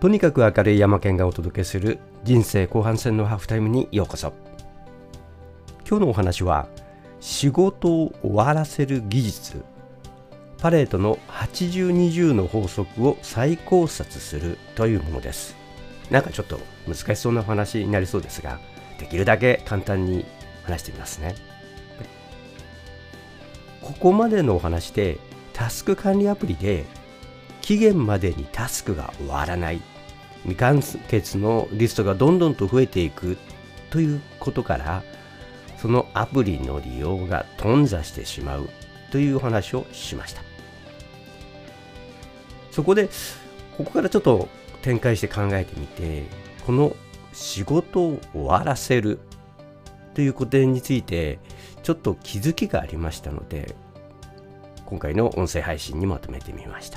とにかく明るい山県がお届けする人生後半戦のハーフタイムにようこそ。今日のお話は仕事を終わらせる技術、パレートの 80-20 の法則を再考察するというものです。なんかちょっと難しそうなお話になりそうですが、できるだけ簡単に話してみますね。ここまでのお話でタスク管理アプリで期限までにタスクが終わらない、未完結のリストがどんどんと増えていくということから、そのアプリの利用が頓挫してしまうというお話をしました。そこでここからちょっと展開して考えてみて、この仕事を終わらせるということについてちょっと気づきがありましたので、今回の音声配信にまとめてみました。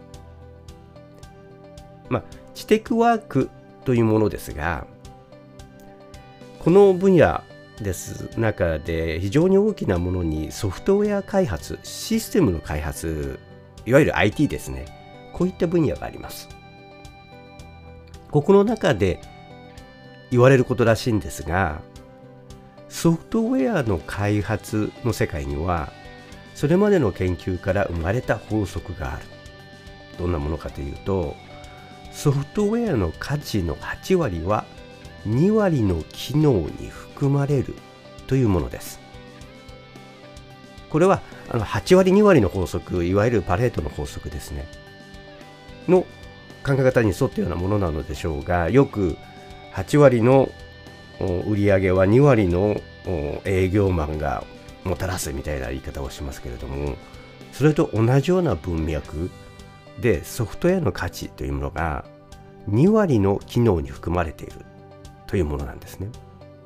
知テクワークというものですが、この分野です中で非常に大きなものにソフトウェア開発、システムの開発、いわゆる IT ですね。こういった分野があります。ここの中で言われることらしいんですが、ソフトウェアの開発の世界にはそれまでの研究から生まれた法則がある。どんなものかというと、ソフトウェアの価値の8割は2割の機能に含まれるというものです。これは8割2割の法則、いわゆるパレートの法則ですねの考え方に沿ったようなものなのでしょうが、よく8割の売り上げは2割の営業マンがもたらすみたいな言い方をしますけれども、それと同じような文脈でソフトウェアの価値というものが2割の機能に含まれているというものなんですね。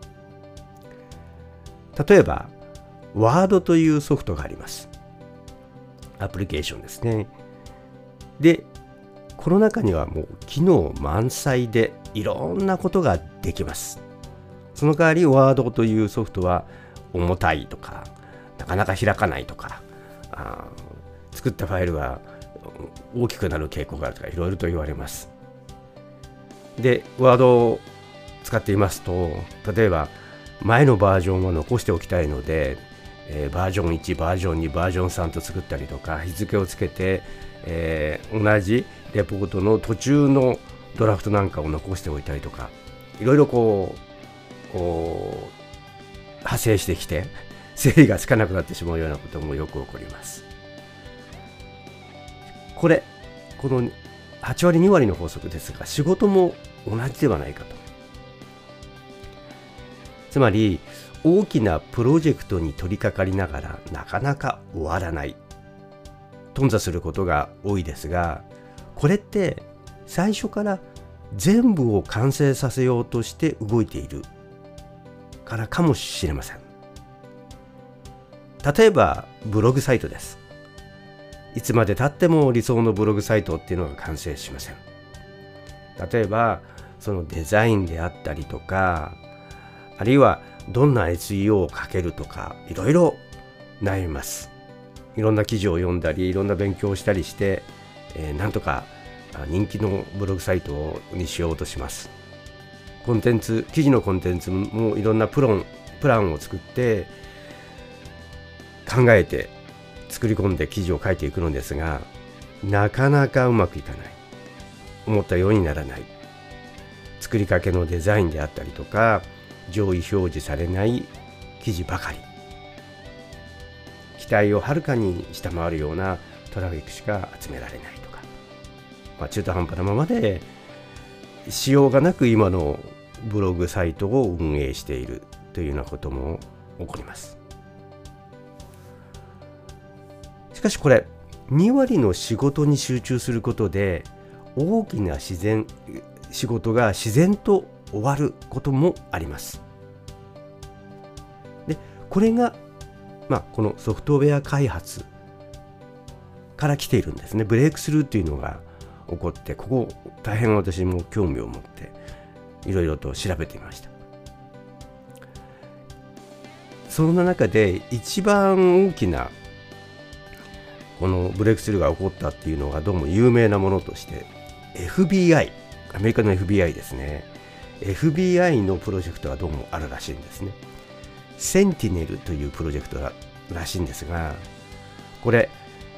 例えば Word というソフトがあります。アプリケーションですね。で、この中にはもう機能満載でいろんなことができます。その代わり Word というソフトは重たいとか、なかなか開かないとか、作ったファイルが大きくなる傾向があるとか、いろいろと言われます。で、Word を使っていますと、例えば前のバージョンは残しておきたいので、バージョン1、バージョン2、バージョン3と作ったりとか、日付をつけて、同じレポートの途中のドラフトなんかを残しておいたりとか、いろいろこう派生してきて整理がつかなくなってしまうようなこともよく起こります。この8割2割の法則ですが、仕事も同じではないかと。つまり大きなプロジェクトに取り掛かりながらなかなか終わらない、頓挫することが多いですが、これって最初から全部を完成させようとして動いているからかもしれません。例えばブログサイトです。いつまで経っても理想のブログサイトっていうのが完成しません。例えばそのデザインであったりとか、あるいはどんな SEO をかけるとか、いろいろ悩みます。いろんな記事を読んだり、いろんな勉強をしたりして、なんとか人気のブログサイトにしようとします。記事のコンテンツもいろんなプランを作って考えて作り込んで記事を書いていくのですが、なかなかうまくいかない。思ったようにならない。作りかけのデザインであったりとか、上位表示されない記事ばかり。期待をはるかに下回るようなトラフィックしか集められないとか、中途半端なままでしようがなく今のブログサイトを運営しているというようなことも起こります。しかしこれ2割の仕事に集中することで大きな仕事が自然と終わることもあります。で、これが、このソフトウェア開発から来ているんですね。ブレイクスルーというのが起こって、ここ大変私も興味を持っていろいろと調べてみました。そんな中で一番大きなこのブレイクスルーが起こったっていうのがどうも有名なものとして FBI アメリカの FBI ですね。FBI のプロジェクトがどうもあるらしいんですね。センティネルというプロジェクトらしいんですが、これ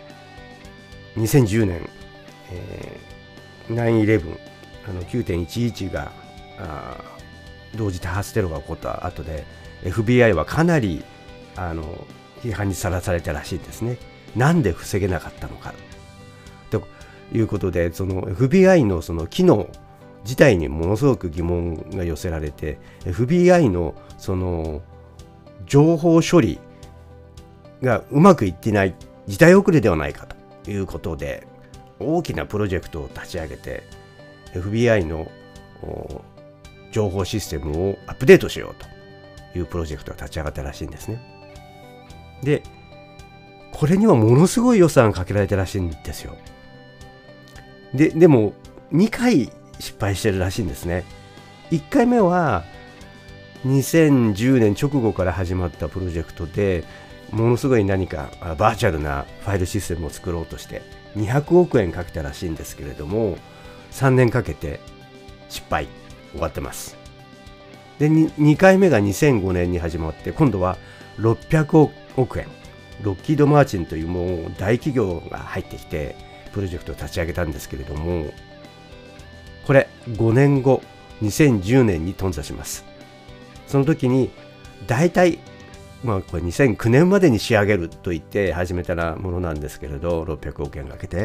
2010年、9/11 9.11 が同時多発テロが起こった後で FBI はかなり批判にさらされたらしいんですね。なんで防げなかったのかということで、その FBI のその機能自体にものすごく疑問が寄せられて、 FBI のその情報処理がうまくいっていない、時代遅れではないかということで大きなプロジェクトを立ち上げて FBI の情報システムをアップデートしようというプロジェクトが立ち上がったらしいんですね。で、これにはものすごい予算がかけられたらしいんですよ。でも2回失敗してるらしいんですね。1回目は2010年直後から始まったプロジェクトで、ものすごい何かバーチャルなファイルシステムを作ろうとして200億円かけたらしいんですけれども、3年かけて失敗、終わってます。で 2回目が2005年に始まって、今度は600億円、ロッキード・マーチンというもう大企業が入ってきてプロジェクトを立ち上げたんですけれども、これ5年後2010年に頓挫します。その時に大体これ2009年までに仕上げると言って始めたものなんですけれど、600億円かけて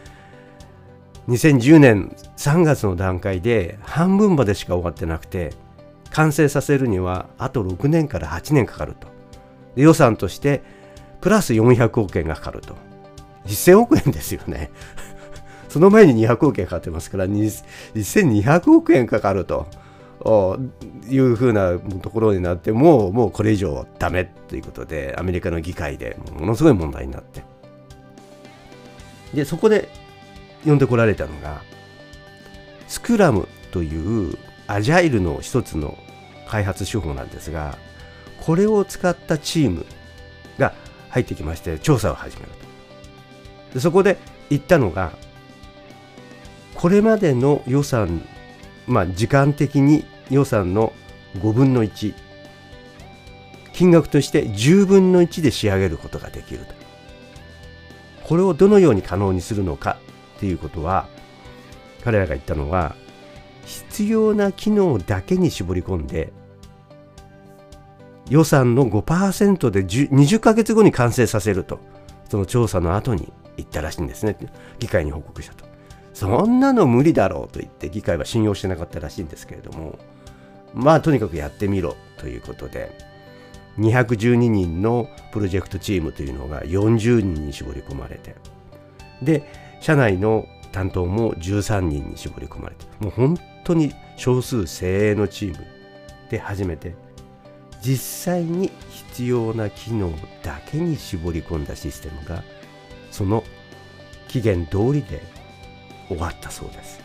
2010年3月の段階で半分までしか終わってなくて、完成させるにはあと6年から8年かかると。で、予算としてプラス400億円がかかると。1000億円ですよね。その前に200億円かかってますから1200億円かかるというふうなところになって、もうこれ以上ダメということでアメリカの議会でものすごい問題になって、でそこで呼んでこられたのがスクラムというアジャイルの一つの開発手法なんですが、これを使ったチームが入ってきまして調査を始めると。でそこで言ったのが、これまでの予算、時間的に予算の5分の1、金額として10分の1で仕上げることができると。これをどのように可能にするのかっていうことは、彼らが言ったのは、必要な機能だけに絞り込んで、予算の 5% で20ヶ月後に完成させると、その調査の後に言ったらしいんですね。議会に報告したと。そんなの無理だろうと言って議会は信用してなかったらしいんですけれども、とにかくやってみろということで、212人のプロジェクトチームというのが40人に絞り込まれて、で社内の担当も13人に絞り込まれて、もう本当に少数精鋭のチームで始めて、実際に必要な機能だけに絞り込んだシステムがその期限通りで終わったそうです。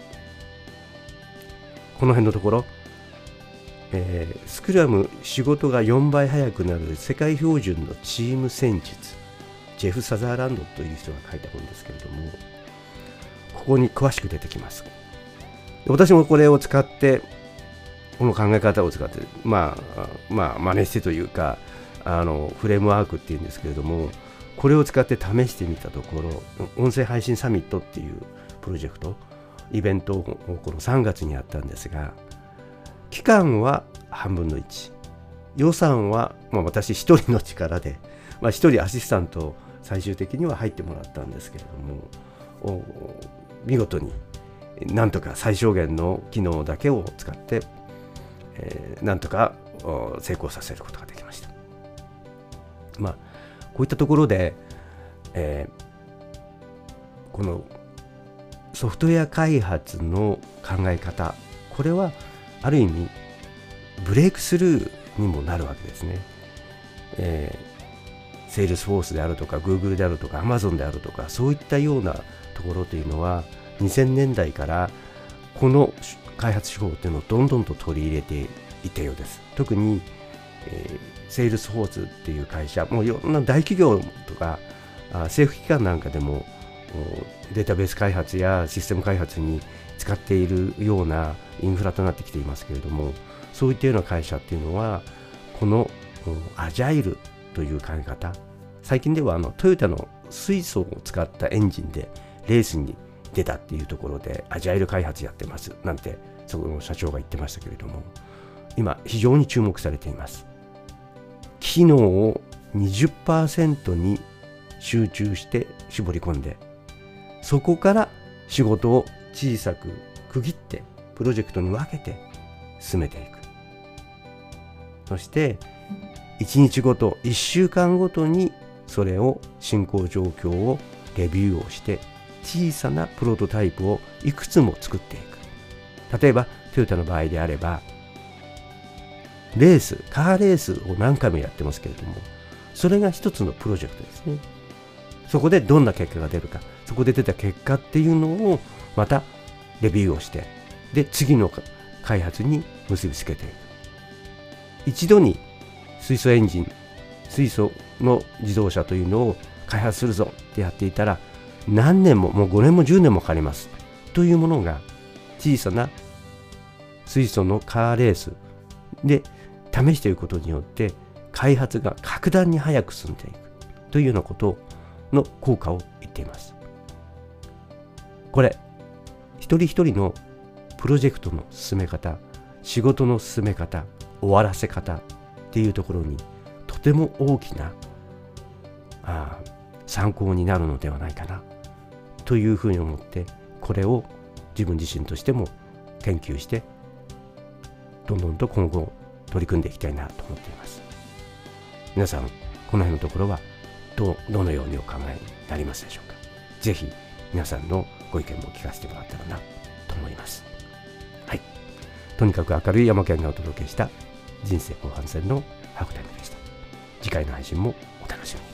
この辺のところ、スクラム仕事が4倍早くなる世界標準のチーム戦術、ジェフ・サザーランドという人が書いた本ですけれども、ここに詳しく出てきます。私もこれを使って、この考え方を使って真似してというか、フレームワークっていうんですけれども、これを使って試してみたところ、音声配信サミットっていうプロジェクトイベントをこの3月にやったんですが、期間は半分の1、予算は、私一人の力で、一人アシスタント最終的には入ってもらったんですけれども、見事になんとか最小限の機能だけを使って、なんとか成功させることができました。こういったところで、このソフトウェア開発の考え方、これはある意味ブレイクスルーにもなるわけですね。セールスフォースであるとか Google であるとか Amazon であるとか、そういったようなところというのは2000年代からこの開発手法というのをどんどんと取り入れていったようです。特に、セールスフォースっていう会社、もういろんな大企業とか政府機関なんかでもデータベース開発やシステム開発に使っているようなインフラとなってきていますけれども、そういったような会社っていうのはこのアジャイルという考え方、最近ではトヨタの水素を使ったエンジンでレースに出たっていうところでアジャイル開発やってますなんてそこの社長が言ってましたけれども、今非常に注目されています。機能を 20% に集中して絞り込んで、そこから仕事を小さく区切ってプロジェクトに分けて進めていく。そして1日ごと1週間ごとにそれを進行状況をレビューをして小さなプロトタイプをいくつも作っていく。例えばトヨタの場合であればカーレースを何回もやってますけれども、それが一つのプロジェクトですね。そこでどんな結果が出るか、そこで出た結果っていうのをまたレビューをして、で次の開発に結びつけていく。一度に水素エンジン、水素の自動車というのを開発するぞってやっていたら、何年も、もう5年も10年もかかりますというものが、小さな水素のカーレースで試していくことによって開発が格段に早く進んでいくというようなことの効果を言っています。これ一人一人のプロジェクトの進め方、仕事の進め方、終わらせ方っていうところにとても大きな参考になるのではないかなというふうに思って、これを自分自身としても研究してどんどんと今後取り組んでいきたいなと思っています。皆さんこの辺のところはどのようにお考えになりますでしょうか。ぜひ皆さんのご意見も聞かせてもらったらなと思います。はい、とにかく明るい山県がお届けした人生後半戦のハーフタイムでした。次回の配信もお楽しみに。